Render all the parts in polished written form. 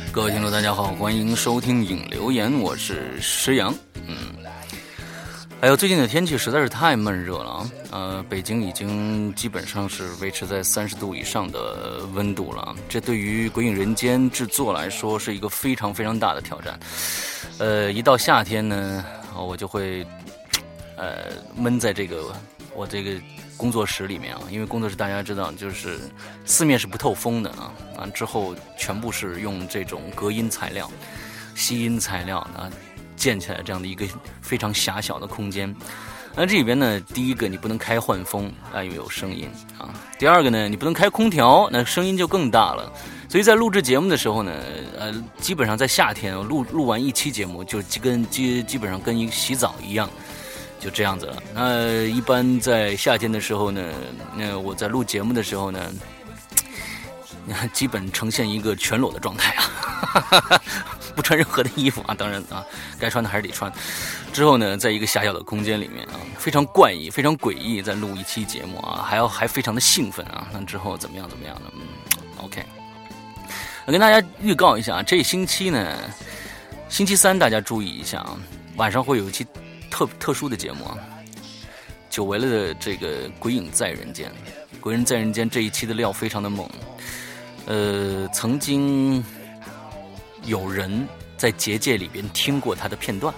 各位听众大家好，欢迎收听影留言，我是石阳。还有最近的天气实在是太闷热了北京已经基本上是维持在30度以上的温度了，这对于鬼影人间制作来说是一个非常非常大的挑战。一到夏天呢，我就会闷在我这个工作室里面啊，因为工作室大家知道就是四面是不透风的之后全部是用这种隔音材料、吸音材料建起来这样的一个非常狭小的空间。那这里边呢，第一个你不能开换风因为有声音第二个呢，你不能开空调，那声音就更大了。所以在录制节目的时候呢，基本上在夏天录完一期节目就基本上跟一个洗澡一样。就这样子了。那一般在夏天的时候呢，我在录节目的时候呢，基本呈现一个全裸的状态不穿任何的衣服当然该穿的还是得穿。之后呢，在一个狭小的空间里面非常怪异、非常诡异，在录一期节目还非常的兴奋那之后怎么样的？OK， 我跟大家预告一下这星期呢，星期三大家注意一下晚上会有一期特殊的节目久违了的这个《鬼影在人间》。《鬼人在人间》这一期的料非常的猛，曾经有人在结界里边听过他的片段，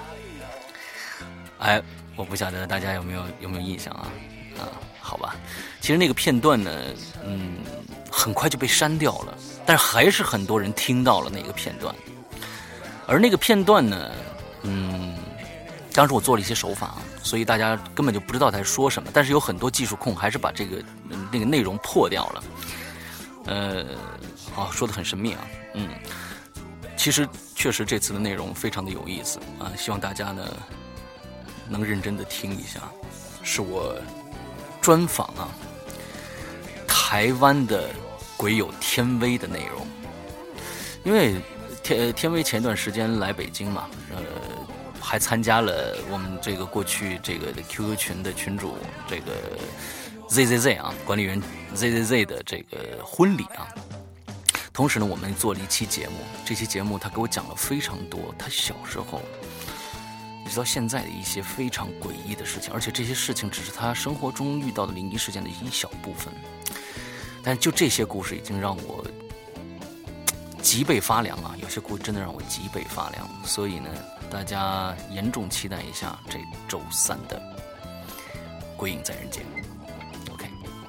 我不晓得大家有没有印象好吧，其实那个片段呢，很快就被删掉了，但是还是很多人听到了那个片段，而那个片段呢，当时我做了一些手法所以大家根本就不知道他在说什么，但是有很多技术控还是把那个内容破掉了。说得很神秘其实确实这次的内容非常的有意思希望大家呢能认真的听一下，是我专访台湾的鬼友天威的内容。因为天威前一段时间来北京嘛，还参加了我们这个过去这个 QQ 群的群主这个 ZZZ 管理员 ZZZ 的这个婚礼同时呢，我们做了一期节目，这期节目他给我讲了非常多他小时候一直到现在的一些非常诡异的事情，而且这些事情只是他生活中遇到的灵异事件的一小部分，但就这些故事已经让我脊背发凉有些故事真的让我脊背发凉。所以呢，大家严重期待一下这周三的《鬼影在人间》。OK，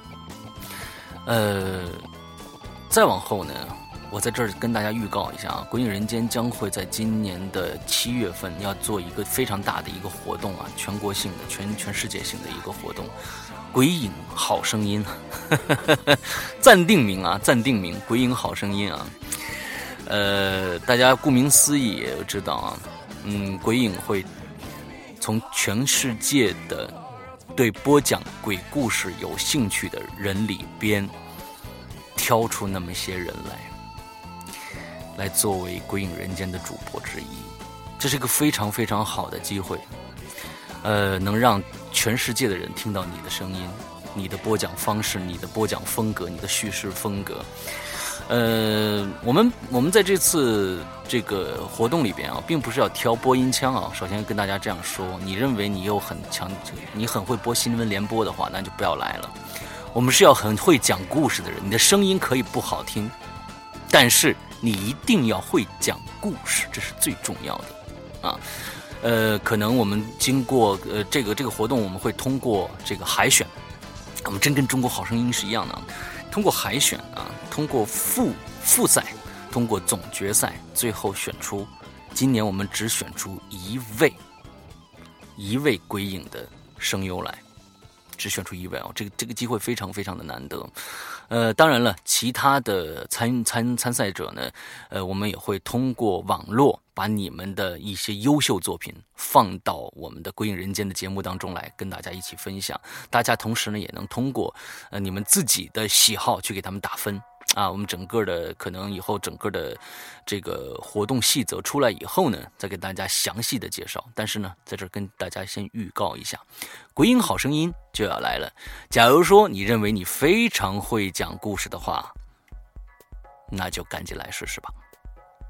再往后呢，我在这儿跟大家预告一下《鬼影人间》将会在今年的7月份要做一个非常大的一个活动全国性的、全世界性的一个活动，《鬼影好声音》暂定名《鬼影好声音》大家顾名思义也知道鬼影会从全世界的对播讲鬼故事有兴趣的人里边挑出那么些人来作为鬼影人间的主播之一。这是一个非常非常好的机会能让全世界的人听到你的声音、你的播讲方式、你的播讲风格、你的叙事风格。我们在这次这个活动里边并不是要挑播音腔首先跟大家这样说，你认为你有很强，你很会播新闻联播的话，那就不要来了。我们是要很会讲故事的人，你的声音可以不好听，但是你一定要会讲故事，这是最重要的可能我们经过这个活动，我们会通过这个海选，我们真跟中国好声音是一样的通过海选通过复赛，通过总决赛，最后选出，今年我们只选出一位鬼影的声优来，只选出一位这个机会非常非常的难得。当然了，其他的参赛者呢，我们也会通过网络把你们的一些优秀作品放到我们的《鬼影人间》的节目当中来，跟大家一起分享。大家同时呢，也能通过你们自己的喜好去给他们打分。我们整个的可能以后整个的这个活动细则出来以后呢，再给大家详细的介绍。但是呢，在这儿跟大家先预告一下，鬼影好声音就要来了。假如说你认为你非常会讲故事的话，那就赶紧来试试吧。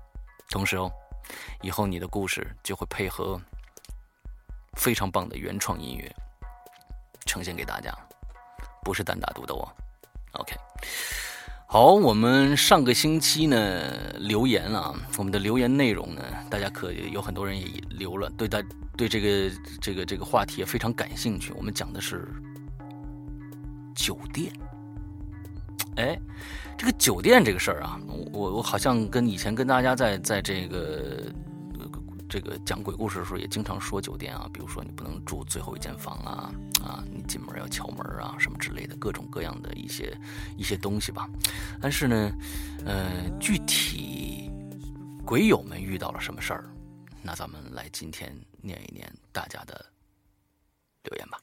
同时以后你的故事就会配合非常棒的原创音乐呈现给大家，不是单打独斗哦。OK， 好，我们上个星期呢留言啊，我们的留言内容呢，大家可有很多人也留了，对这个话题也非常感兴趣。我们讲的是酒店。哎，这个酒店这个事儿啊，我好像跟以前跟大家在这个讲鬼故事的时候也经常说酒店啊，比如说你不能住最后一间房啊，你进门要敲门啊，什么之类的各种各样的一些东西吧。但是呢，具体鬼友们遇到了什么事儿，那咱们来今天念一念大家的留言吧。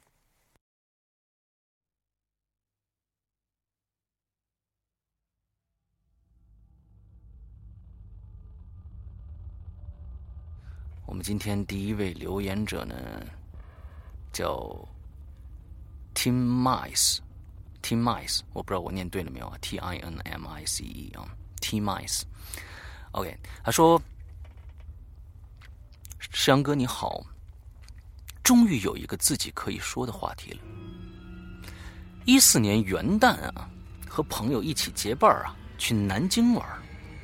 我们今天第一位留言者呢，叫 Tim Mice，Tim Mice， 我不知道我念对了没有啊 ？Tinmice 啊 ，Tim Mice。OK， 他说：“石阳哥你好，终于有一个自己可以说的话题了。14年元旦啊，和朋友一起结伴啊去南京玩。”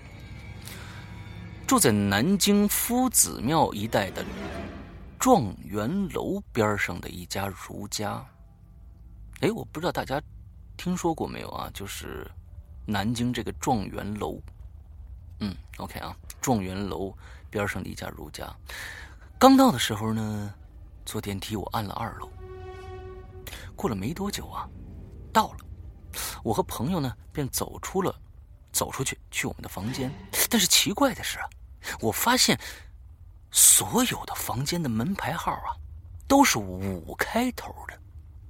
住在南京夫子庙一带的状元楼边上的一家儒家。哎，我不知道大家听说过没有啊？就是南京这个状元楼。OK 啊，状元楼边上的一家儒家。刚到的时候呢，坐电梯我按了2楼。过了没多久啊，到了。我和朋友呢便走出去我们的房间。但是奇怪的是啊，我发现所有的房间的门牌号啊都是5开头的。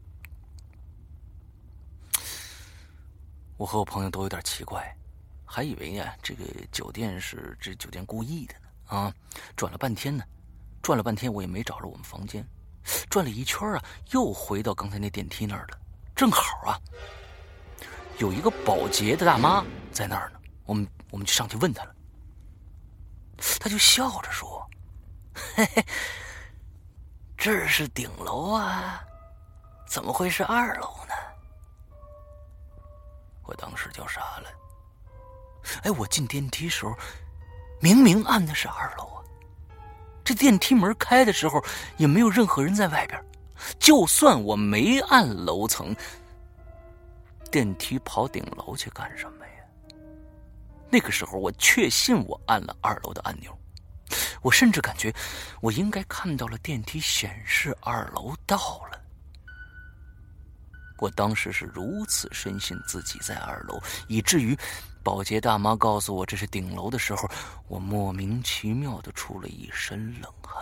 我和我朋友都有点奇怪，还以为啊这个酒店是这酒店故意的呢啊！转了半天我也没找着我们房间，转了一圈啊，又回到刚才那电梯那儿了。正好啊，有一个保洁的大妈在那儿呢，我们就上去问她了。他就笑着说：“嘿嘿，这是顶楼啊，怎么会是2楼呢？”我当时就傻了。哎，我进电梯时候明明按的是2楼啊，这电梯门开的时候也没有任何人在外边，就算我没按楼层，电梯跑顶楼去干什么呀？那个时候我确信我按了2楼的按钮，我甚至感觉我应该看到了电梯显示2楼到了。我当时是如此深信自己在2楼，以至于保洁大妈告诉我这是顶楼的时候，我莫名其妙地出了一身冷汗。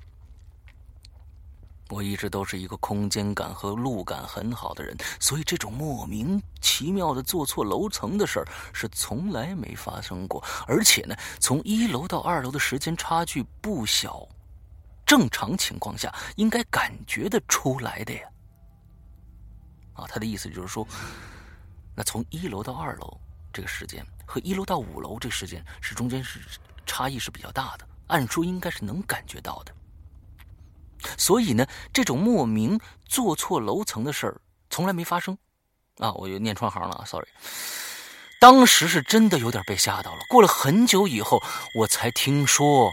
我一直都是一个空间感和路感很好的人，所以这种莫名其妙的坐错楼层的事儿是从来没发生过。而且呢，从1楼到2楼的时间差距不小，正常情况下应该感觉得出来的呀。他的意思就是说，那从1楼到2楼这个时间和1楼到5楼这个时间是中间是差异是比较大的，按说应该是能感觉到的。所以呢，这种莫名坐错楼层的事儿从来没发生啊！我又念串行了 ，sorry。当时是真的有点被吓到了。过了很久以后，我才听说，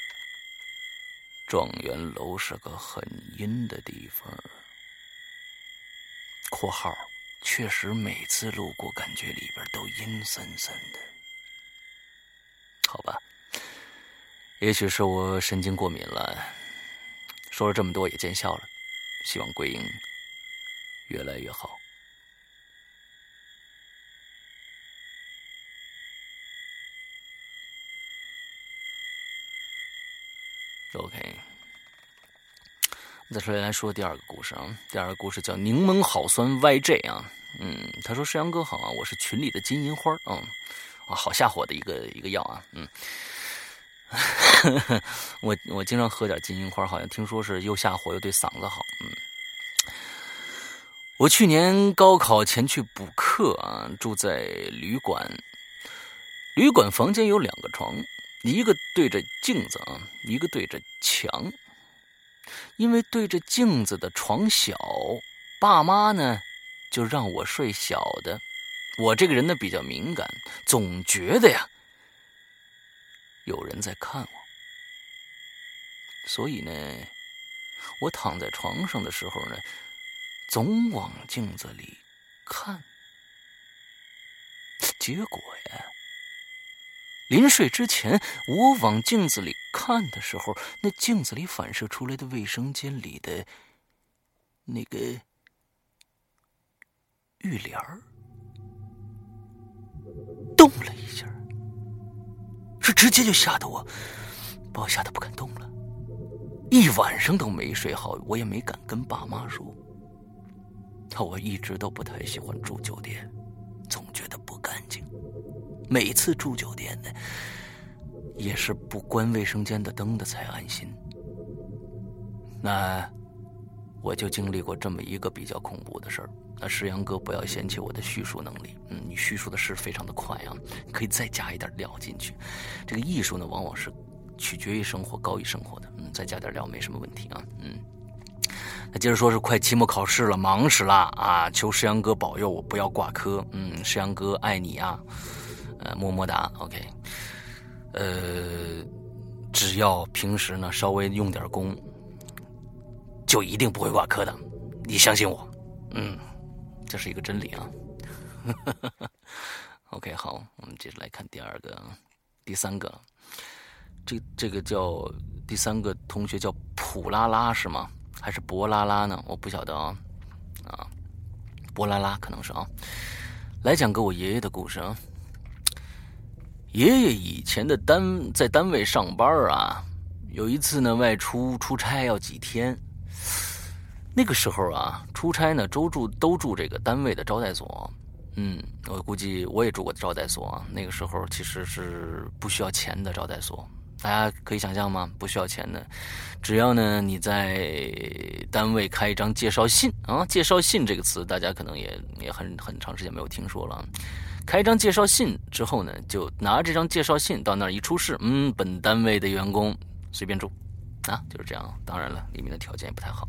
状元楼是个很阴的地方。（括号确实每次路过，感觉里边都阴森森的。）好吧，也许是我神经过敏了。说了这么多也见效了，希望桂英越来越好。OK， 再说第2个故事啊。第2个故事叫柠檬好酸 YJ 啊。他说：“石阳哥好啊，我是群里的金银花。好下火的一个药啊。我经常喝点金银花，好像听说是又下火又对嗓子好。我去年高考前去补课啊，住在旅馆房间有2个床， 一个对着镜子啊，一个对着墙。因为对着镜子的床小，爸妈呢就让我睡小的。我这个人呢比较敏感，总觉得呀有人在看我，所以呢我躺在床上的时候呢总往镜子里看。结果呀，临睡之前我往镜子里看的时候，那镜子里反射出来的卫生间里的那个浴帘动了一下，是直接就吓得我，把我吓得不敢动了。一晚上都没睡好，我也没敢跟爸妈说。我一直都不太喜欢住酒店，总觉得不干净。每次住酒店呢，也是不关卫生间的灯的才安心。那我就经历过这么一个比较恐怖的事儿。那石阳哥不要嫌弃我的叙述能力，你叙述的是非常的快啊，可以再加一点料进去。这个艺术呢，往往是取决于生活，高于生活的，再加点料没什么问题啊，那接着说是快期末考试了，忙死了啊！求石阳哥保佑我不要挂科，石阳哥爱你啊，么么哒 ，OK， 只要平时呢稍微用点功，就一定不会挂科的，你相信我，这是一个真理啊。OK， 好，我们接着来看第三个，这个叫第三个同学叫普拉拉是吗？还是博拉拉呢？我不晓得啊，博拉拉可能是啊。来讲个我爷爷的故事啊。爷爷以前的在单位上班啊，有一次呢外出差要几天，那个时候啊出差呢都住这个单位的招待所。我估计我也住过招待所啊，那个时候其实是不需要钱的招待所。大家可以想象吗？不需要钱的，只要呢你在单位开一张介绍信啊，介绍信这个词大家可能也很长时间没有听说了。开一张介绍信之后呢，就拿这张介绍信到那儿一出示，本单位的员工随便住啊，就是这样。当然了，里面的条件也不太好。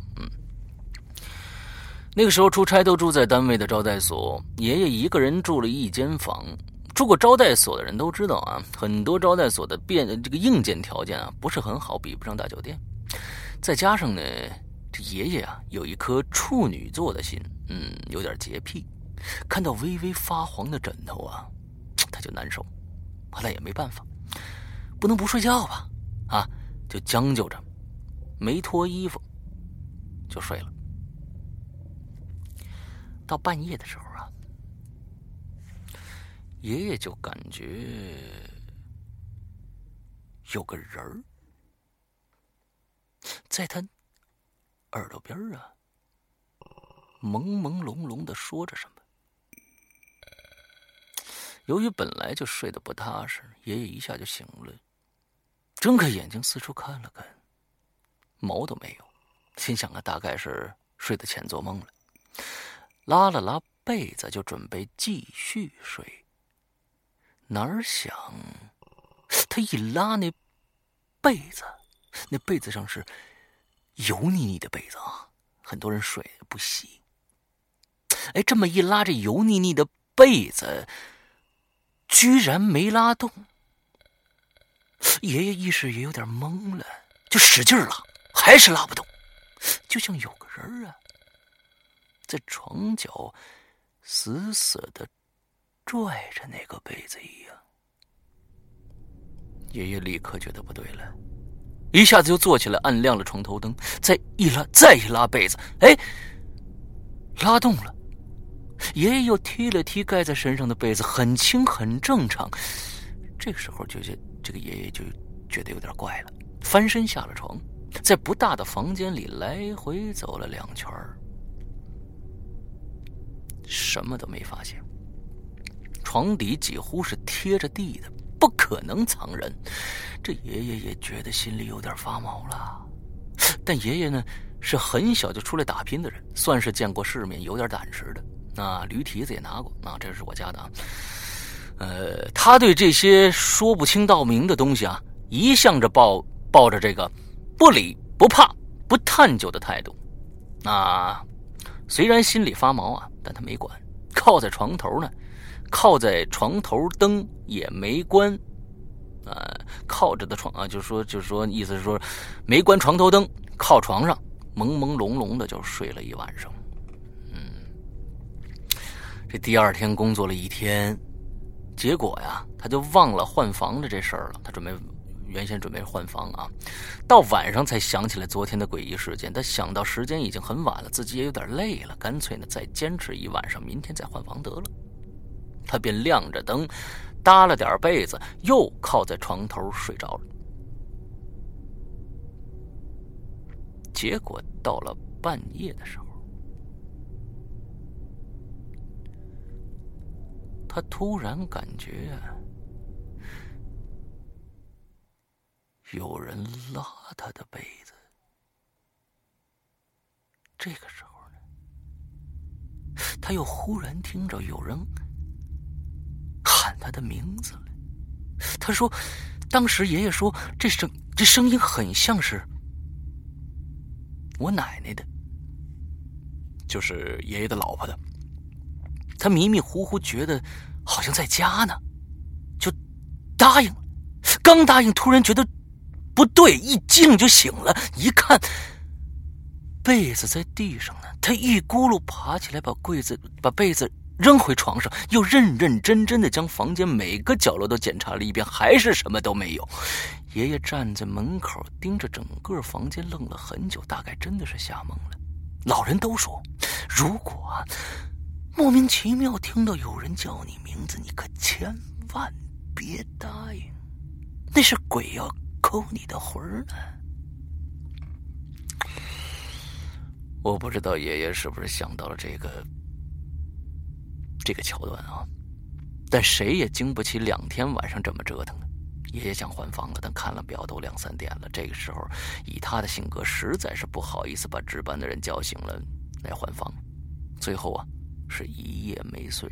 那个时候出差都住在单位的招待所，爷爷一个人住了一间房。住过招待所的人都知道啊，很多招待所的这个硬件条件啊不是很好，比不上大酒店。再加上呢，这爷爷啊有一颗处女座的心，有点洁癖，看到微微发黄的枕头啊，他就难受。后来也没办法，不能不睡觉吧？就将就着，没脱衣服就睡了。到半夜的时候啊，爷爷就感觉有个人儿在他耳朵边啊朦朦胧胧地说着什么。由于本来就睡得不踏实，爷爷一下就醒了，睁开眼睛四处看了看，毛都没有，心想大概是睡得浅做梦了，拉了拉被子就准备继续睡。哪儿想他一拉那被子，那被子上是油腻腻的被子啊，很多人睡不洗。这么一拉，这油腻腻的被子居然没拉动。爷爷意识也有点懵了，就使劲拉，还是拉不动，就像有个人啊在床角死死地拽着那个被子一样。爷爷立刻觉得不对了，一下子就坐起来，按亮了床头灯，再一拉被子，拉动了。爷爷又踢了踢盖在身上的被子，很轻很正常。这个时候这个爷爷就觉得有点怪了，翻身下了床，在不大的房间里来回走了2圈，什么都没发现。床底几乎是贴着地的，不可能藏人。这爷爷也觉得心里有点发毛了。但爷爷呢是很小就出来打拼的人，算是见过世面，有点胆识的。驴蹄子也拿过，这是我家的他对这些说不清道明的东西啊，一向着抱着这个不理不怕不探究的态度。虽然心里发毛啊，但他没管。靠在床头呢，靠在床头灯也没关。靠着的床啊，就是说，意思是说，没关床头灯，靠床上朦朦胧胧的就睡了一晚上。这第二天工作了一天，结果呀，他就忘了换房的这事儿了。他原先准备换房啊，到晚上才想起来昨天的诡异事件。他想到时间已经很晚了，自己也有点累了，干脆呢再坚持一晚上，明天再换房得了。他便亮着灯，搭了点被子，又靠在床头睡着了。结果到了半夜的时候，他突然感觉有人拉他的被子。这个时候呢，他又忽然听着有人喊他的名字了。他说，当时爷爷说这声音很像是我奶奶的，就是爷爷的老婆的。他迷迷糊糊觉得好像在家呢，就答应了。刚答应，突然觉得不对，一激灵就醒了，一看被子在地上呢，他一咕噜爬起来，把被子扔回床上，又认认真真的将房间每个角落都检查了一遍，还是什么都没有。爷爷站在门口盯着整个房间愣了很久，大概真的是吓懵了。老人都说，如果莫名其妙听到有人叫你名字，你可千万别答应，那是鬼要抠你的魂呢。我不知道爷爷是不是想到了这个桥段啊，但谁也经不起2天晚上这么折腾的。爷爷想换房了，但看了表都2、3点了。这个时候，以他的性格，实在是不好意思把值班的人叫醒了来换房。最后是一夜没睡，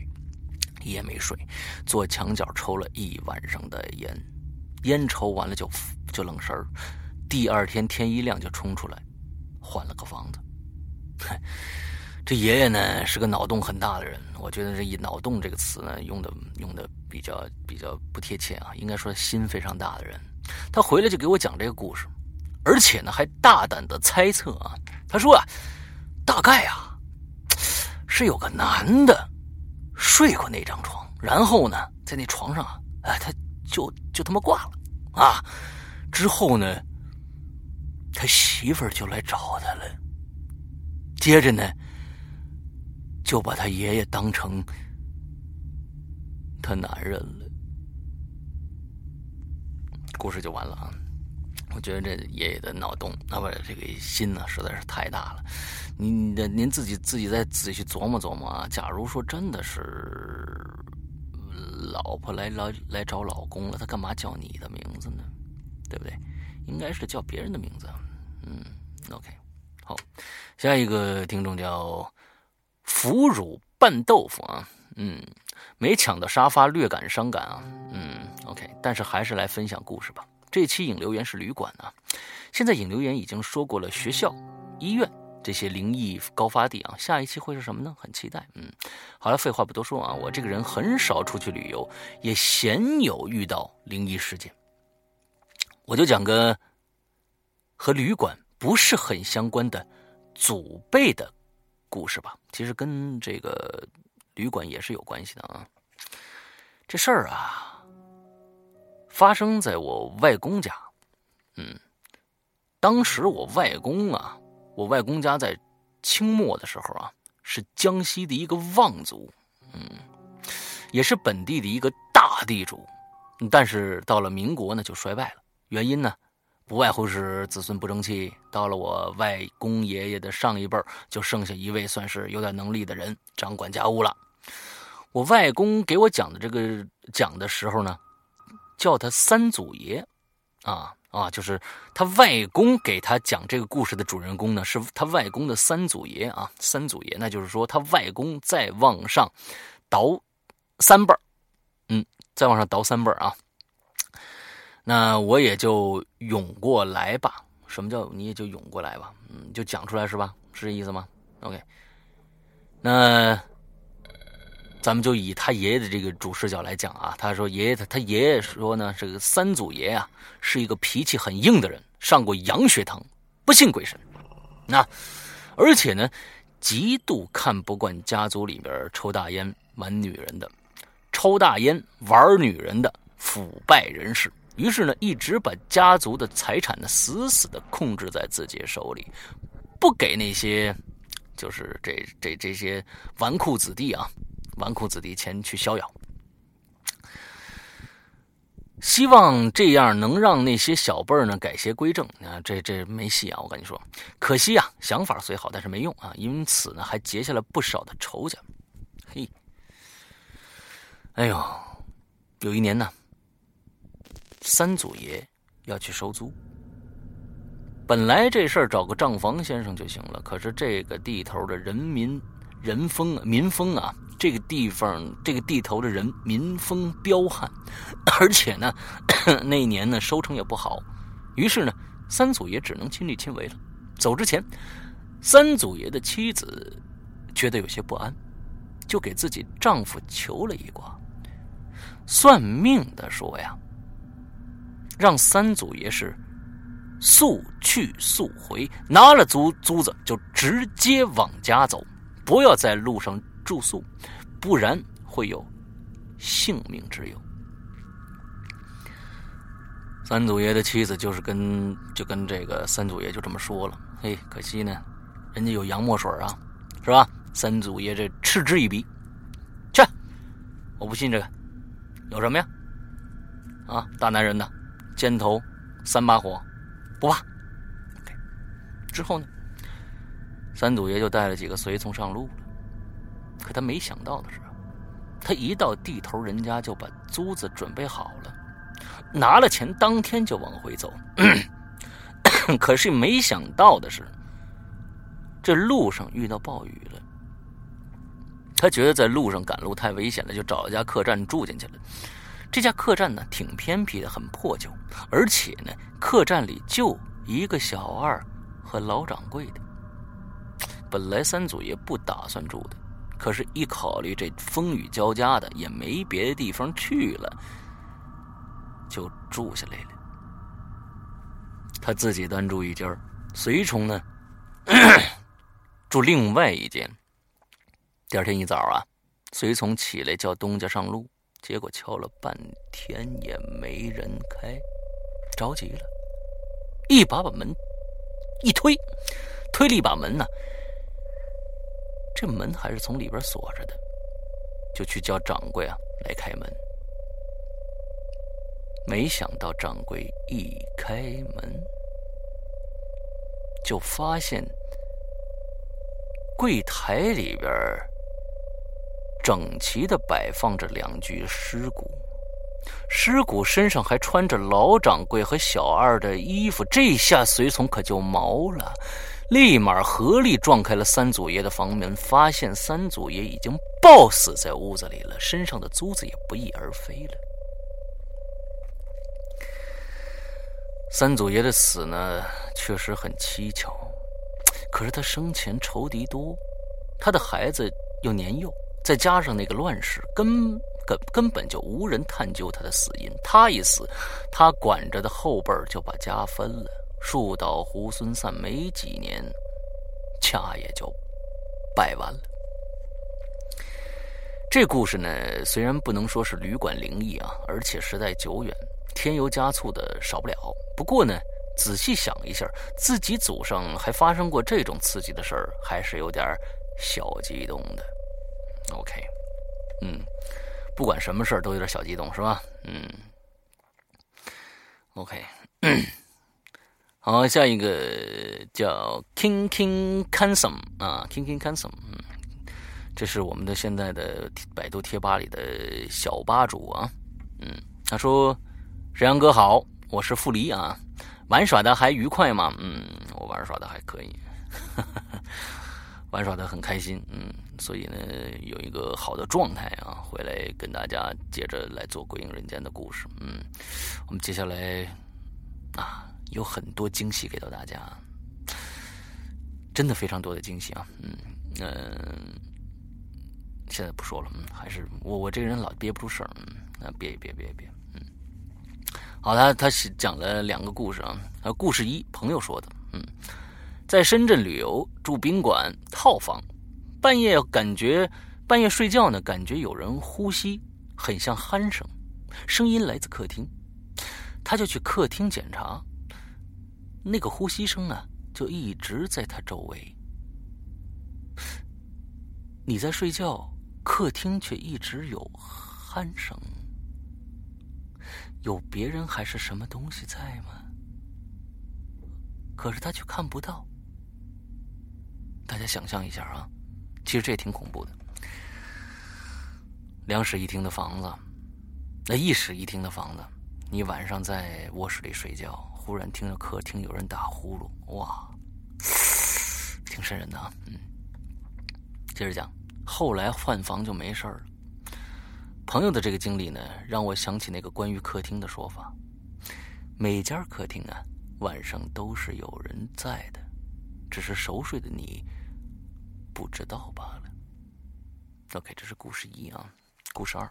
坐墙角抽了一晚上的烟，烟抽完了就愣神儿。第二天天一亮就冲出来换了个房子。这爷爷呢是个脑洞很大的人，我觉得这一脑洞这个词呢用的比较不贴切啊，应该说心非常大的人。他回来就给我讲这个故事，而且呢还大胆的猜测啊，他说大概是有个男的睡过那张床，然后呢在那床上他就他妈挂了之后呢他媳妇儿就来找他了，接着呢就把他爷爷当成他男人了。故事就完了啊！我觉得这爷爷的脑洞，这个心呢实在是太大了。您自己再仔细琢磨琢磨啊。假如说真的是老婆来找老公了，他干嘛叫你的名字呢？对不对？应该是叫别人的名字。OK， 好，下一个听众叫腐乳拌豆腐啊，没抢到沙发，略感伤感啊，OK， 但是还是来分享故事吧。这期引流员是旅馆啊，现在引流员已经说过了学校、医院这些灵异高发地啊，下一期会是什么呢？很期待。好了，废话不多说啊，我这个人很少出去旅游，也鲜有遇到灵异事件，我就讲个和旅馆不是很相关的祖辈的故事吧，其实跟这个旅馆也是有关系的啊。这事儿发生在我外公家。当时我外公家在清末的时候是江西的一个望族，也是本地的一个大地主，但是到了民国呢就衰败了，原因呢不外乎是子孙不争气。到了我外公爷爷的上一辈就剩下一位算是有点能力的人掌管家务了。我外公给我讲的时候呢，叫他三祖爷就是他外公给他讲这个故事的主人公呢，是他外公的三祖爷啊。三祖爷那就是说他外公再往上倒3辈再往上倒3本啊。那我也就涌过来吧。什么叫你也就涌过来吧？就讲出来是吧？是这意思吗 ？OK。那咱们就以他爷爷的这个主视角来讲啊。他说他爷爷说呢，这个三祖爷啊是一个脾气很硬的人，上过洋学堂，不信鬼神。那而且呢，极度看不惯家族里边抽大烟玩女人的、抽大烟玩女人的腐败人士。于是呢，一直把家族的财产呢死死的控制在自己手里，不给那些就是这些纨绔子弟钱去逍遥。希望这样能让那些小辈儿呢改邪归正啊，这没戏啊！我跟你说，可惜啊，想法虽好，但是没用啊，因此呢，还结下了不少的仇家。嘿，哎呦，有一年呢，三祖爷要去收租，本来这事儿找个账房先生就行了，可是这个地头的民风啊，这个地头的民风彪悍，而且呢，那一年呢收成也不好，于是呢，三祖爷只能亲力亲为了。走之前，三祖爷的妻子觉得有些不安，就给自己丈夫求了一卦。算命的说呀，让三祖爷是速去速回，拿了租子就直接往家走，不要在路上住宿，不然会有性命之忧。三祖爷的妻子就跟这个三祖爷就这么说了。嘿，可惜呢，人家有洋墨水啊，是吧？三祖爷这嗤之以鼻，去，我不信这个，有什么呀？啊，大男人的，肩头3把火，不怕。之后呢，三祖爷就带了几个随从上路了。可他没想到的是，他一到地头人家就把租子准备好了，拿了钱当天就往回走。可是没想到的是，这路上遇到暴雨了。他觉得在路上赶路太危险了，就找了家客栈住进去了。这家客栈呢挺偏僻的，很破旧，而且呢客栈里就一个小二和老掌柜的。本来三祖爷不打算住的，可是一考虑这风雨交加的，也没别的地方去了，就住下来了。他自己单住一间，随从呢住另外一间。第二天一早啊，随从起来叫东家上路，结果敲了半天也没人开，着急了，一把门一推了一把门呢，这门还是从里边锁着的，就去叫掌柜啊来开门。没想到掌柜一开门，就发现柜台里边整齐地摆放着2具尸骨，尸骨身上还穿着老掌柜和小二的衣服。这下随从可就毛了，立马合力撞开了三祖爷的房门，发现三祖爷已经暴死在屋子里了，身上的珠子也不翼而飞了。三祖爷的死呢，确实很蹊跷，可是他生前仇敌多，他的孩子又年幼，再加上那个乱世，根本就无人探究他的死因。他一死，他管着的后辈就把家分了，树倒猢狲散，没几年，家也就败完了。这故事呢，虽然不能说是旅馆灵异啊，而且时代久远，添油加醋的少不了。不过呢，仔细想一下，自己祖上还发生过这种刺激的事儿，还是有点小激动的。OK， 不管什么事儿都有点小激动，是吧？OK， 好，下一个叫 King Cansom 啊 ，King Cansom，这是我们的现在的百度贴吧里的小吧主啊，他说：“沈阳哥好，我是傅离啊，玩耍的还愉快吗？我玩耍的还可以，玩耍的很开心，所以呢有一个好的状态啊， 回来跟大家接着来做《鬼影人间》的故事。我们接下来有很多惊喜给到大家，真的非常多的惊喜啊。现在不说了，还是我这个人老憋不住事儿，憋。好，他讲了2个故事啊。故事1，朋友说的，在深圳旅游，住宾馆套房，半夜睡觉呢，感觉有人呼吸，很像鼾声，声音来自客厅，他就去客厅检查，那个呼吸声啊，就一直在他周围。你在睡觉，客厅却一直有鼾声，有别人还是什么东西在吗？可是他却看不到。大家想象一下啊，其实这也挺恐怖的。2室1厅的房子，1室1厅的房子，你晚上在卧室里睡觉，忽然听到客厅有人打呼噜，哇，挺瘆人的啊。接着讲，后来换房就没事了。朋友的这个经历呢，让我想起那个关于客厅的说法，每家客厅啊，晚上都是有人在的，只是熟睡的你不知道罢了。OK， 这是故事1啊。故事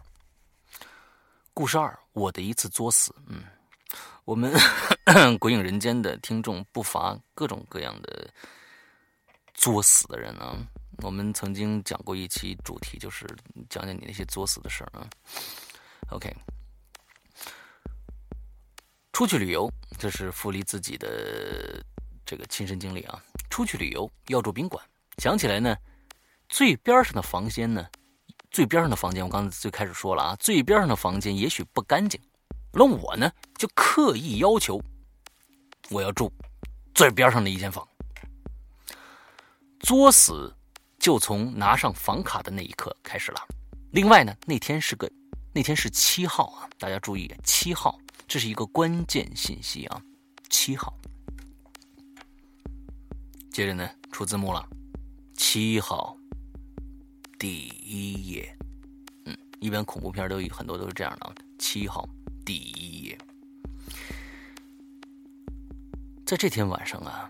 2，我的一次作死。我们鬼影人间的听众不乏各种各样的作死的人啊。我们曾经讲过一期主题，就是讲讲你那些作死的事儿啊。OK， 出去旅游，这是傅离自己的这个亲身经历啊。出去旅游要住宾馆，想起来呢，最边上的房间，我刚才最开始说了啊，最边上的房间也许不干净，那我呢就刻意要求我要住最边上的一间房。作死就从拿上房卡的那一刻开始了。另外呢，那天是7号啊，大家注意，7号，这是一个关键信息啊，7号。接着呢，出字幕了，7号第1页。一般恐怖片都有很多都是这样的啊，7号第1页。在这天晚上啊，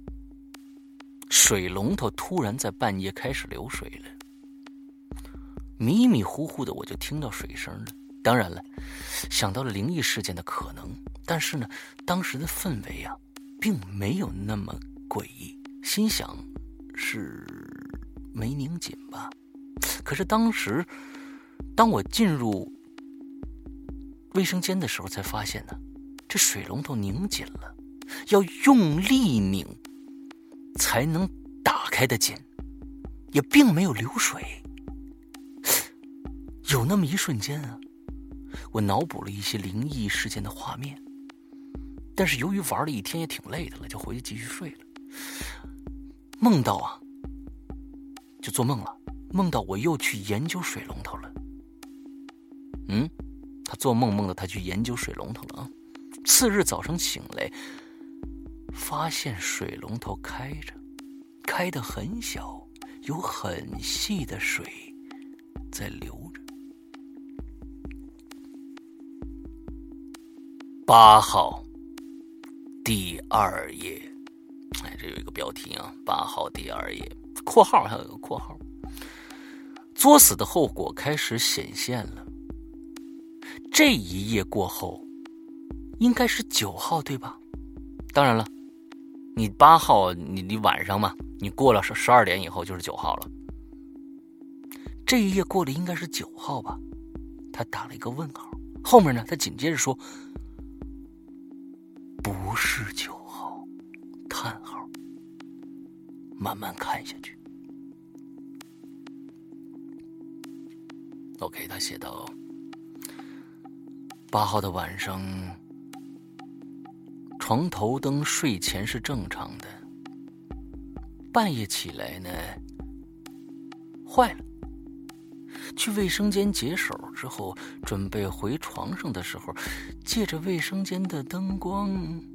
水龙头突然在半夜开始流水了，迷迷糊糊的我就听到水声了。当然了，想到了灵异事件的可能，但是呢，当时的氛围啊，并没有那么诡异，心想是没拧紧吧。可是当我进入卫生间的时候，才发现呢，这水龙头拧紧了，要用力拧才能打开的紧，也并没有流水。有那么一瞬间啊，我脑补了一些灵异事件的画面，但是由于玩了一天也挺累的了，就回去继续睡了。梦到啊，就做梦了，梦到我又去研究水龙头了。他做梦到他去研究水龙头了啊。次日早上醒来，发现水龙头开着，开得很小，有很细的水在流着。8号第2页，这有一个标题啊，8号第2页，括号还有个括号。作死的后果开始显现了。这一页过后，应该是9号对吧？当然了，你8号你晚上嘛，你过了12点以后就是9号了。这一页过了应该是9号吧？他打了一个问号，后面呢，他紧接着说不是9号，叹号。慢慢看下去。OK， 他写到8号的晚上，床头灯睡前是正常的，半夜起来呢，坏了。去卫生间解手之后，准备回床上的时候，借着卫生间的灯光，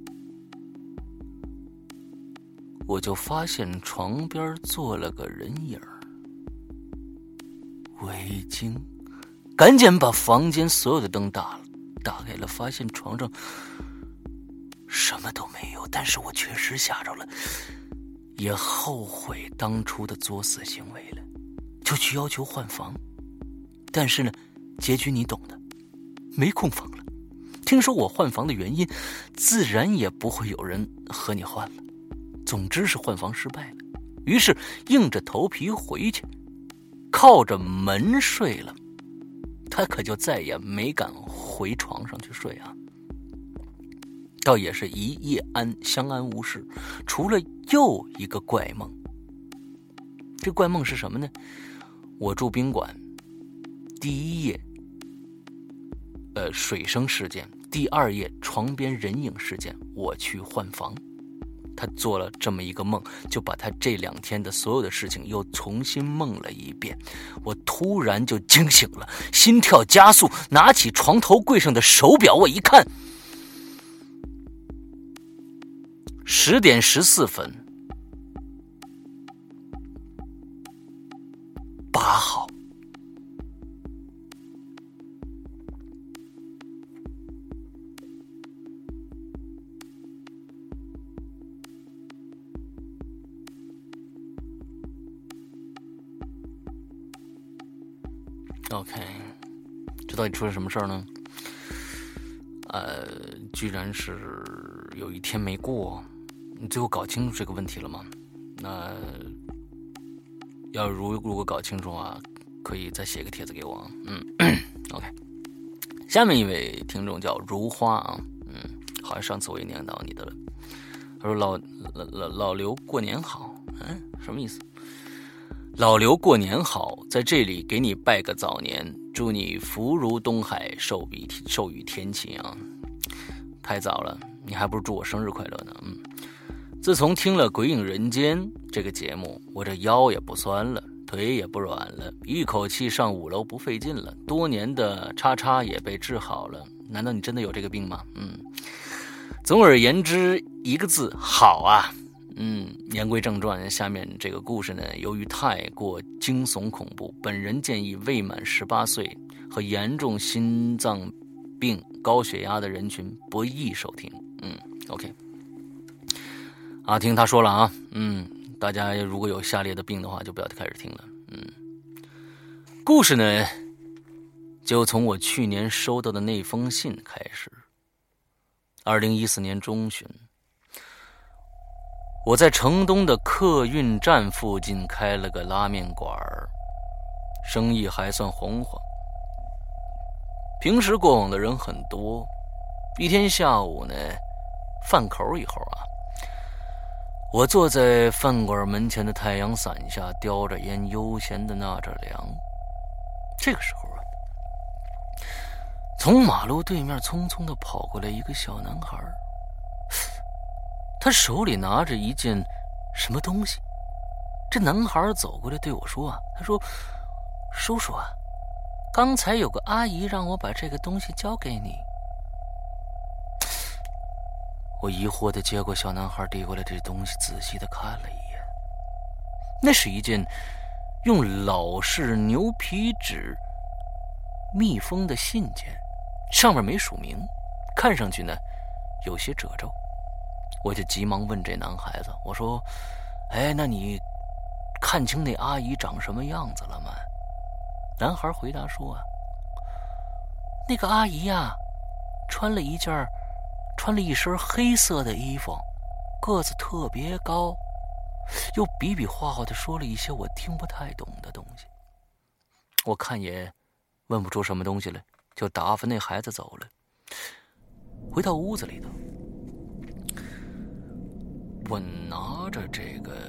我就发现床边坐了个人影，围巾赶紧把房间所有的灯打开了，发现床上什么都没有，但是我确实吓着了，也后悔当初的作死行为了，就去要求换房。但是呢，结局你懂的，没空房了。听说我换房的原因，自然也不会有人和你换了。总之是换房失败了，于是硬着头皮回去，靠着门睡了。他可就再也没敢回床上去睡啊。倒也是一夜相安无事，除了又一个怪梦。这怪梦是什么呢？我住宾馆，第一夜水声事件，第二夜床边人影事件，我去换房。他做了这么一个梦，就把他这2天的所有的事情又重新梦了一遍。我突然就惊醒了，心跳加速，拿起床头柜上的手表，我一看10点14分，8号。OK， 这到底出了什么事儿呢？居然是有一天没过。你最后搞清楚这个问题了吗？那如果搞清楚啊，可以再写个帖子给我。OK。下面一位听众叫如花啊，好像上次我也念到你的了。他说老刘过年好，什么意思？老刘过年好，在这里给你拜个早年，祝你福如东海，寿与天齐啊！太早了，你还不如祝我生日快乐呢。自从听了《鬼影人间》这个节目，我这腰也不酸了，腿也不软了，一口气上5楼不费劲了，多年的叉也被治好了。难道你真的有这个病吗？总而言之，一个字，好啊。言归正传，下面这个故事呢，由于太过惊悚恐怖，本人建议未满18岁和严重心脏病、高血压的人群不宜收听。OK。阿听他说了啊，大家如果有下列的病的话，就不要开始听了。故事呢，就从我去年收到的那封信开始。2014年中旬，我在城东的客运站附近开了个拉面馆，生意还算红火。平时过往的人很多。一天下午呢，饭口以后啊，我坐在饭馆门前的太阳伞下，叼着烟，悠闲地纳着凉。这个时候啊，从马路对面匆匆地跑过来一个小男孩，他手里拿着一件什么东西。这男孩走过来对我说他说：“叔叔啊，刚才有个阿姨让我把这个东西交给你。”我疑惑地接过小男孩递过来这东西，仔细地看了一眼。那是一件用老式牛皮纸密封的信件，上面没署名，看上去呢有些褶皱。我就急忙问这男孩子，我说：“那你看清那阿姨长什么样子了吗？”男孩回答说那个阿姨呀，穿了一身黑色的衣服，个子特别高，又比比划划地说了一些我听不太懂的东西。我看也问不出什么东西来，就打发那孩子走了。回到屋子里头，我拿着这个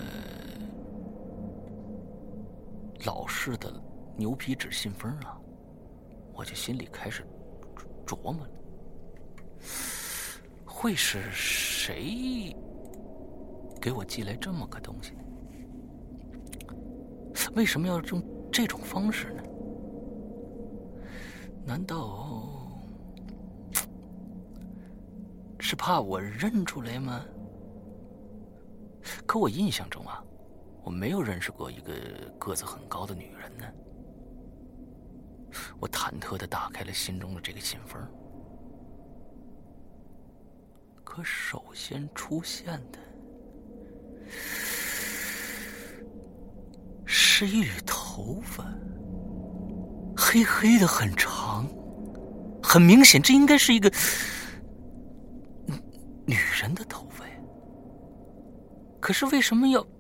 老式的牛皮纸信封我就心里开始琢磨了，会是谁给我寄来这么个东西呢？为什么要用这种方式呢？难道是怕我认出来吗？可我印象中我没有认识过一个个子很高的女人呢。我忐忑地打开了心中的这个信封。可首先出现的是一缕头发，黑黑的，很长，很明显这应该是一个女人的头发呀。可是为什么要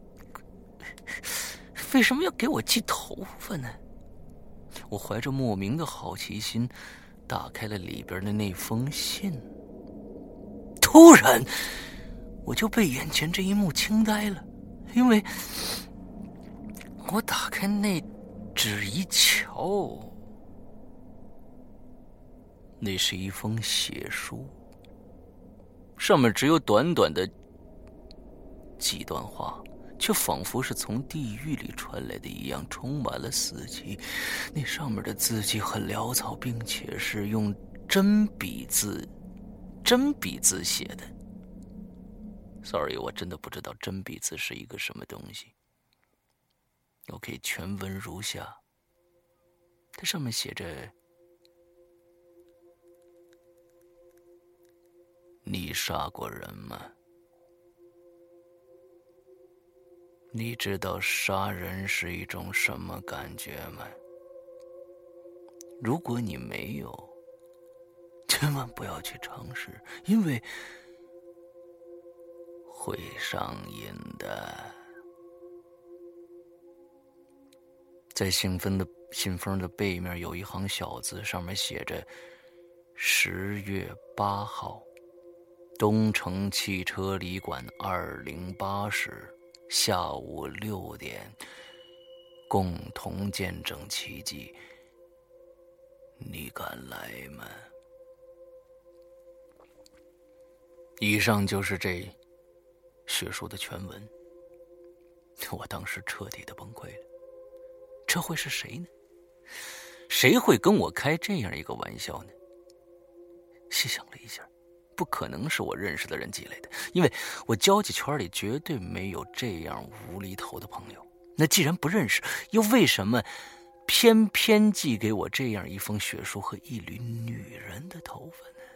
给我寄头发呢？我怀着莫名的好奇心打开了里边的那封信，突然我就被眼前这一幕惊呆了，因为我打开那纸一瞧，那是一封血书，上面只有短短的几段话，却仿佛是从地狱里传来的一样，充满了死气。那上面的字迹很潦草，并且是用真笔字写的。Sorry， 我真的不知道真笔字是一个什么东西。OK， 全文如下，它上面写着：你杀过人吗？你知道杀人是一种什么感觉吗？如果你没有，千万不要去尝试，因为会上瘾的。在信封的背面有一行小字，上面写着10月8号东城汽车旅馆208室下午6点，共同见证奇迹，你敢来吗？以上就是这血书的全文。我当时彻底的崩溃了，这会是谁呢？谁会跟我开这样一个玩笑呢？细想了一下，不可能是我认识的人寄来的，因为我交际圈里绝对没有这样无厘头的朋友。那既然不认识，又为什么偏偏寄给我这样一封血书和一缕女人的头发呢？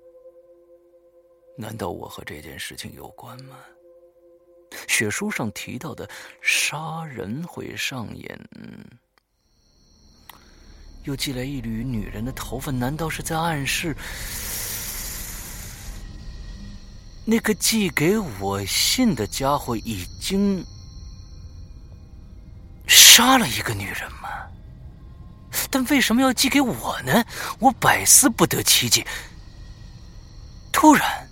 难道我和这件事情有关吗？血书上提到的杀人会上瘾，又寄来一缕女人的头发，难道是在暗示那个寄给我信的家伙已经杀了一个女人吗？但为什么要寄给我呢？我百思不得其解。突然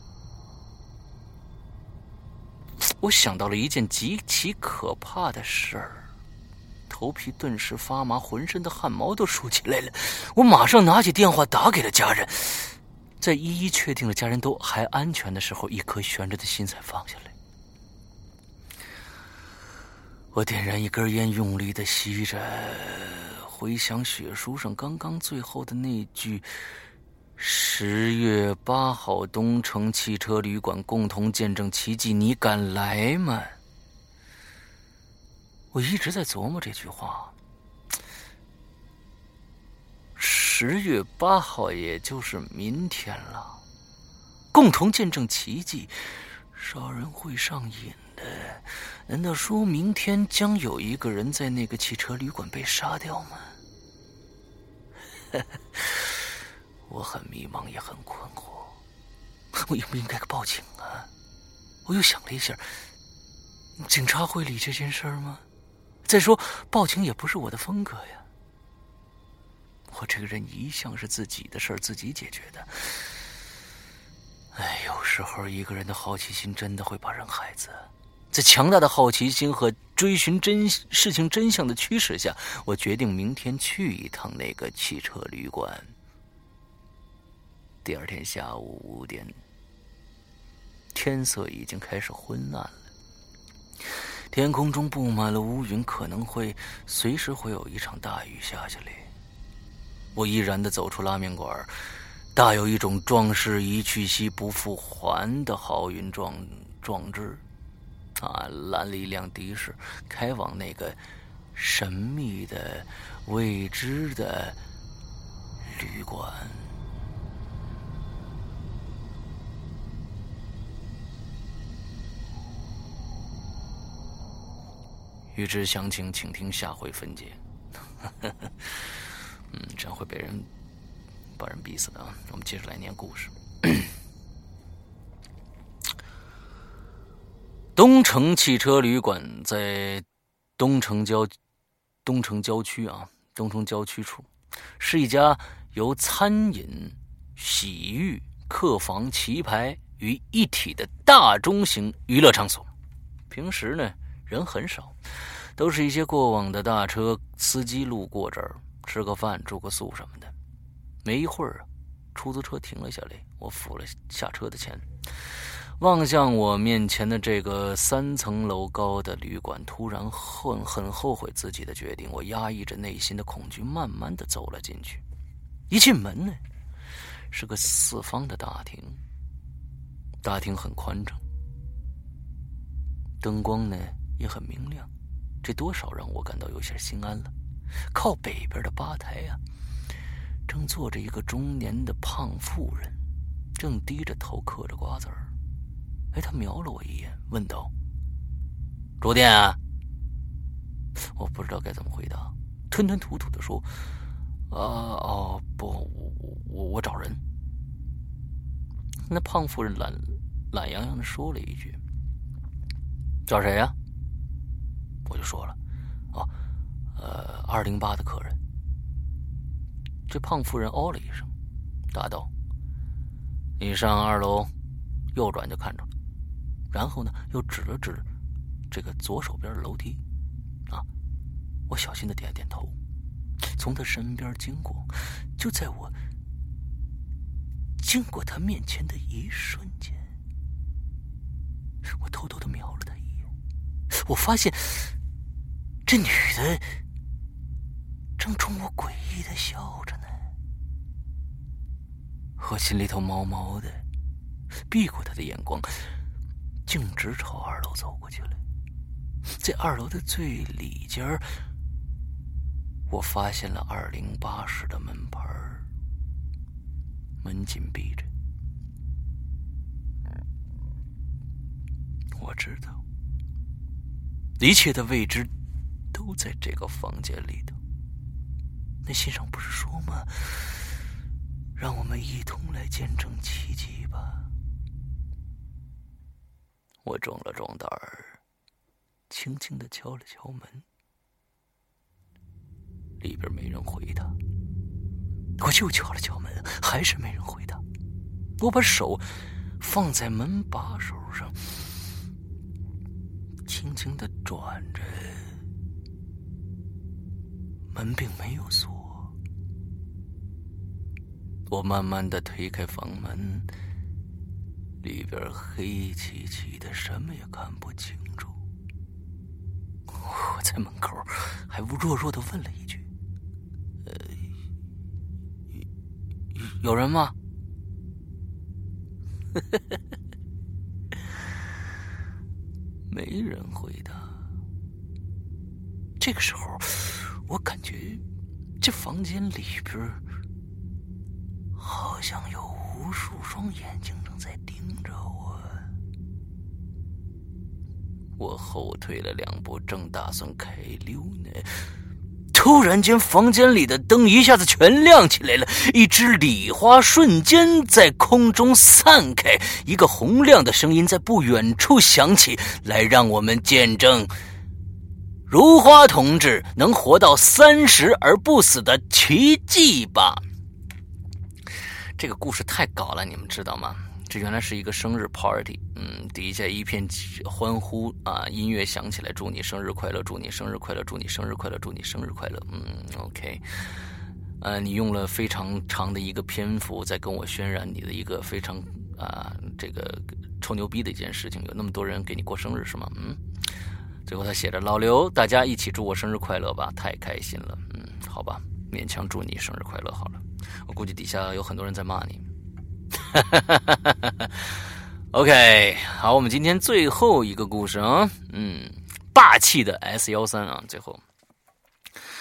我想到了一件极其可怕的事儿，头皮顿时发麻，浑身的汗毛都竖起来了。我马上拿起电话打给了家人，在一一确定了家人都还安全的时候，一颗悬着的心才放下来。我点燃一根烟，用力的吸着，回想血书上刚刚最后的那句10月8号东城汽车旅馆共同见证奇迹，你敢来吗？我一直在琢磨这句话。10月8号也就是明天了，共同见证奇迹，杀人会上瘾的，难道说明天将有一个人在那个汽车旅馆被杀掉吗？我很迷茫，也很困惑，我应不应该报警啊？我又想了一下，警察会理这件事吗？再说报警也不是我的风格呀，我这个人一向是自己的事儿自己解决的。有时候一个人的好奇心真的会把人害死。在强大的好奇心和追寻事情真相的驱使下，我决定明天去一趟那个汽车旅馆。第二天下午5点，天色已经开始昏暗了，天空中布满了乌云，可能会随时会有一场大雨下下来。我毅然地走出拉面馆，大有一种壮士一去兮不复还的豪云壮志拦了一辆的士，开往那个神秘的未知的旅馆。欲知详情，请听下回分解。这样会把人逼死的啊！我们接着来念故事。东城汽车旅馆在东城郊区啊，东城郊区处，是一家由餐饮、洗浴、客房、棋牌于一体的大中型娱乐场所。平时呢，人很少，都是一些过往的大车司机路过这儿吃个饭、住个宿什么的。没一会儿，出租车停了下来，我付了下车的钱。望向我面前的这个3层楼高的旅馆，突然很后悔自己的决定。我压抑着内心的恐惧，慢慢的走了进去。一进门呢，是个四方的大厅，大厅很宽敞，灯光呢也很明亮，这多少让我感到有些心安了。靠北边的吧台啊，正坐着一个中年的胖妇人，正低着头嗑着瓜子儿。他瞄了我一眼，问道：“住店啊？”我不知道该怎么回答，吞吞吐吐地说：“不，我找人。”那胖妇人懒洋洋地说了一句：“找谁呀？”我就说了：“208的客人。”这胖妇人哦了一声，答道：“你上2楼，右转就看着了。”然后呢，又指了指这个左手边的楼梯。我小心的点了点头，从他身边经过。就在我经过他面前的一瞬间，我偷偷的瞄了他一眼。我发现这女的正冲我诡异的笑着呢。我心里头毛毛的，避过他的眼光，径直朝2楼走过去了。在2楼的最里间，我发现了208室的门牌，门紧闭着。我知道，一切的未知都在这个房间里头。那信上不是说吗？让我们一同来见证奇迹吧。我壮了壮胆儿，轻轻地敲了敲门，里边没人回答。我又敲了敲门，还是没人回答。我把手放在门把手上，轻轻地转着，门并没有锁。我慢慢地推开房门，里边黑漆漆的，什么也看不清楚。我在门口还弱弱地问了一句：“有人吗？”没人回答。这个时候，我感觉这房间里边好像有无数双眼睛正在盯着我。我后退了2步，正打算开溜呢，突然间房间里的灯一下子全亮起来了，一支礼花瞬间在空中散开，一个洪亮的声音在不远处响起，来让我们见证如花同志能活到30而不死的奇迹吧。这个故事太搞了，你们知道吗？这原来是一个生日 party， 底下一片欢呼啊，音乐响起来，祝你生日快乐，祝你生日快乐，祝你生日快乐，祝你生日快乐。OK， 你用了非常长的一个篇幅在跟我渲染你的一个非常这个臭牛逼的一件事情，有那么多人给你过生日是吗？最后他写着：“老刘，大家一起祝我生日快乐吧，太开心了。”好吧，勉强祝你生日快乐好了。我估计底下有很多人在骂你。OK， 好，我们今天最后一个故事啊，霸气的 S13啊，最后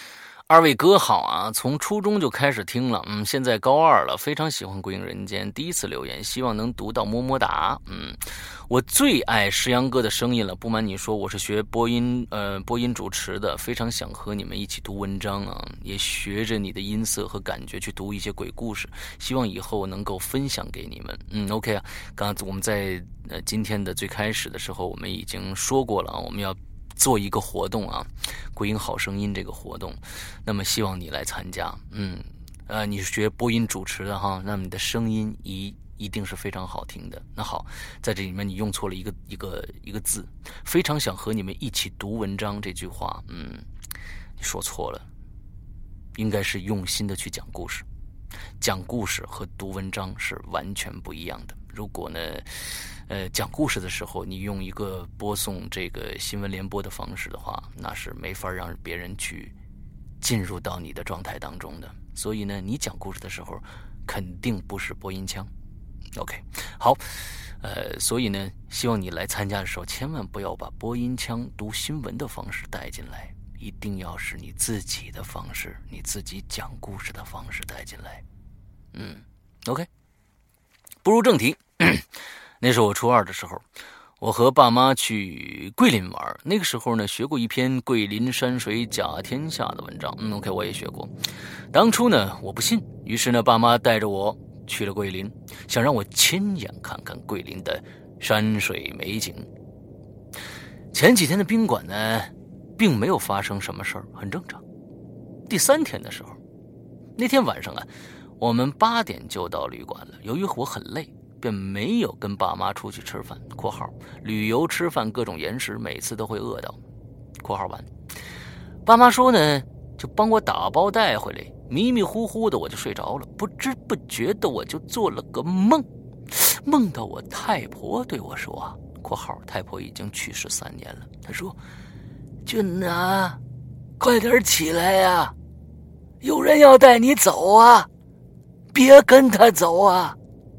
二位哥好啊，从初中就开始听了，现在高2了，非常喜欢《归隐人间》，第一次留言，希望能读到么么哒。我最爱石阳哥的声音了，不瞒你说，我是学播音主持的，非常想和你们一起读文章啊，也学着你的音色和感觉去读一些鬼故事，希望以后能够分享给你们。OK 啊，刚刚我们在今天的最开始的时候，我们已经说过了啊，我们要做一个活动啊，鬼影好声音这个活动，那么希望你来参加。你是学播音主持的哈，那么你的声音一定是非常好听的。那好，在这里面你用错了一个字，非常想和你们一起读文章这句话，你说错了，应该是用心的去讲故事。讲故事和读文章是完全不一样的。如果呢，讲故事的时候你用一个播送这个新闻联播的方式的话，那是没法让别人去进入到你的状态当中的。所以呢，你讲故事的时候肯定不是播音腔。OK， 好，所以呢，希望你来参加的时候，千万不要把播音腔读新闻的方式带进来，一定要是你自己的方式，你自己讲故事的方式带进来。OK， 步入正题。那是我初2的时候，我和爸妈去桂林玩。那个时候呢，学过一篇桂林山水甲天下的文章。OK， 我也学过。当初呢，我不信，于是呢，爸妈带着我去了桂林，想让我亲眼看看桂林的山水美景。前几天的宾馆呢，并没有发生什么事儿，很正常。第3天的时候，那天晚上啊，我们8点就到旅馆了。由于我很累，便没有跟爸妈出去吃饭（括号旅游吃饭各种延时，每次都会饿到）括号完。爸妈说呢，就帮我打包带回来。迷迷糊糊的我就睡着了，不知不觉的我就做了个梦，梦到我太婆对我说（括号太婆已经去世3年了），她说：“俊啊，快点起来呀，有人要带你走啊，别跟他走啊。”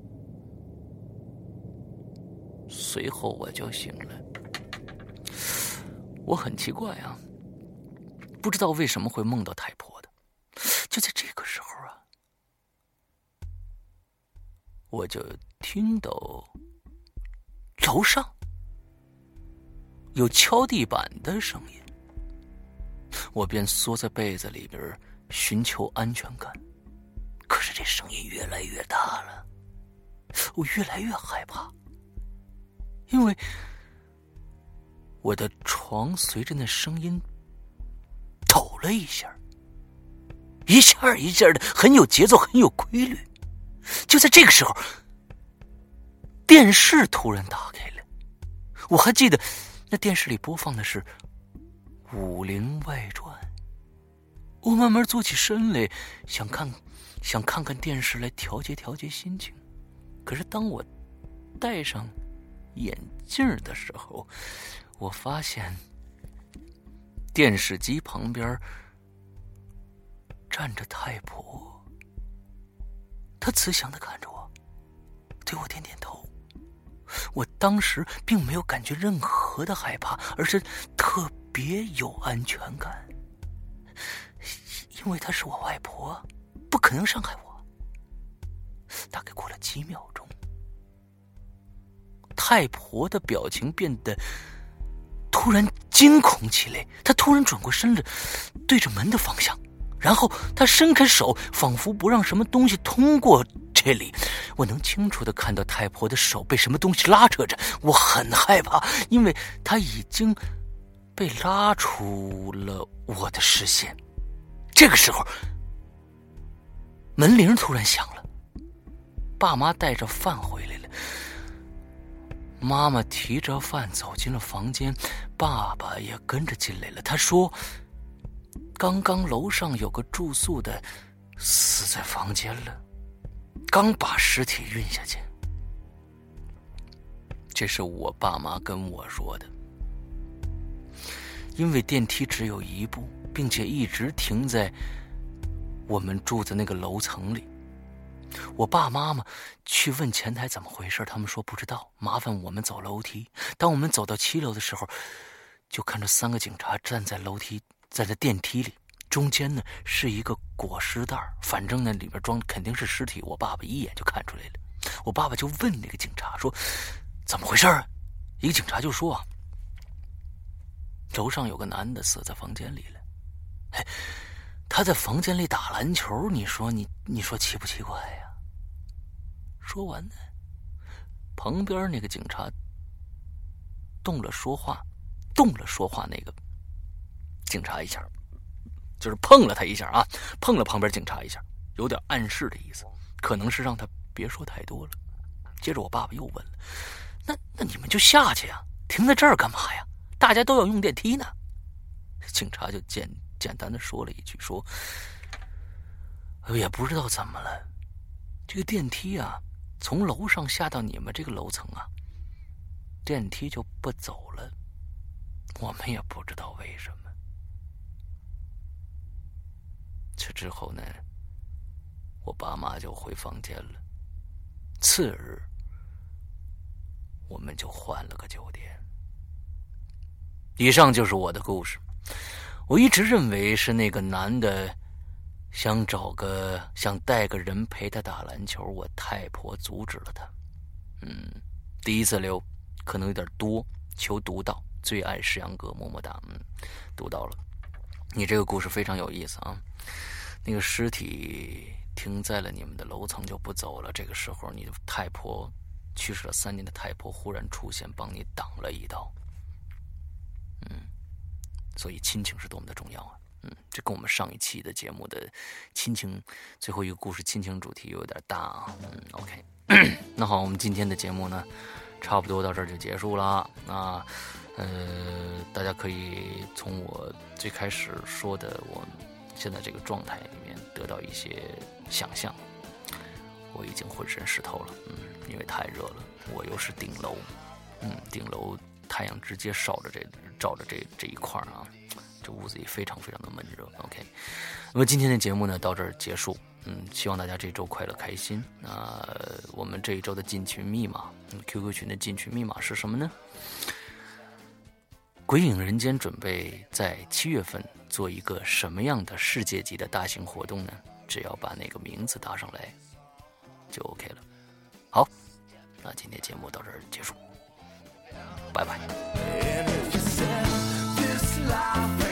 随后我就醒了。我很奇怪啊，不知道为什么会梦到太婆的。就在这个时候啊，我就听到楼上有敲地板的声音，我便缩在被子里边寻求安全感。可是这声音越来越大了，我越来越害怕，因为我的床随着那声音抖了一下，一下一下的，很有节奏，很有规律。就在这个时候，电视突然打开了。我还记得那电视里播放的是《武林外传》。我慢慢坐起身来，想看看电视来调节心情。可是当我戴上眼镜的时候，我发现电视机旁边站着太婆，她慈祥地看着我，对我点点头。我当时并没有感觉任何的害怕，而是特别有安全感，因为她是我外婆，不可能伤害我。大概过了几秒钟，太婆的表情变得突然惊恐起来，她突然转过身来，对着门的方向，然后她伸开手，仿佛不让什么东西通过这里。我能清楚地看到太婆的手被什么东西拉扯着，我很害怕，因为她已经被拉出了我的视线。这个时候，门铃突然响了，爸妈带着饭回来了。妈妈提着饭走进了房间，爸爸也跟着进来了。他说，刚刚楼上有个住宿的死在房间了，刚把尸体运下去。这是我爸妈跟我说的。因为电梯只有1部，并且一直停在我们住的那个楼层里，我爸妈妈去问前台怎么回事，他们说不知道，麻烦我们走楼梯。当我们走到7楼的时候，就看着3个警察站在电梯里， 中间呢是一个裹尸袋，反正呢里边装肯定是尸体，我爸爸一眼就看出来了。我爸爸就问那个警察说：“怎么回事啊？”一个警察就说：“啊，楼上有个男的死在房间里了。”哎，他在房间里打篮球，你说奇不奇怪呀？说完呢，旁边那个警察动了说话那个警察一下，就是碰了他一下啊，碰了旁边警察一下，有点暗示的意思，可能是让他别说太多了。接着我爸爸又问了：“那你们就下去呀，停在这儿干嘛呀？大家都要用电梯呢。”警察就简单的说了一句，说：“也不知道怎么了，这个电梯啊，从楼上下到你们这个楼层啊，电梯就不走了，我们也不知道为什么。”这之后呢，我爸妈就回房间了。次日，我们就换了个酒店。以上就是我的故事。我一直认为是那个男的想带个人陪他打篮球，我太婆阻止了他。第一次留可能有点多，求读到，最爱石阳哥，么么哒。读到了。你这个故事非常有意思啊。那个尸体停在了你们的楼层就不走了，这个时候你的太婆去世了3年的太婆忽然出现，帮你挡了一刀。所以亲情是多么的重要啊！这跟我们上一期的节目的亲情最后一个故事亲情主题有点大啊。OK， 那好，我们今天的节目呢，差不多到这儿就结束了。那大家可以从我最开始说的我现在这个状态里面得到一些想象。我已经浑身湿透了，因为太热了，我又是顶楼，顶楼太阳直接照着这一块啊，这屋子里非常非常的闷热。OK， 那么今天的节目呢到这儿结束。希望大家这周快乐开心。我们这一周的进群密码，QQ 群的进群密码是什么呢？鬼影人间准备在7月份做一个什么样的世界级的大型活动呢？只要把那个名字打上来就 OK 了。好，那今天节目到这儿结束，拜拜。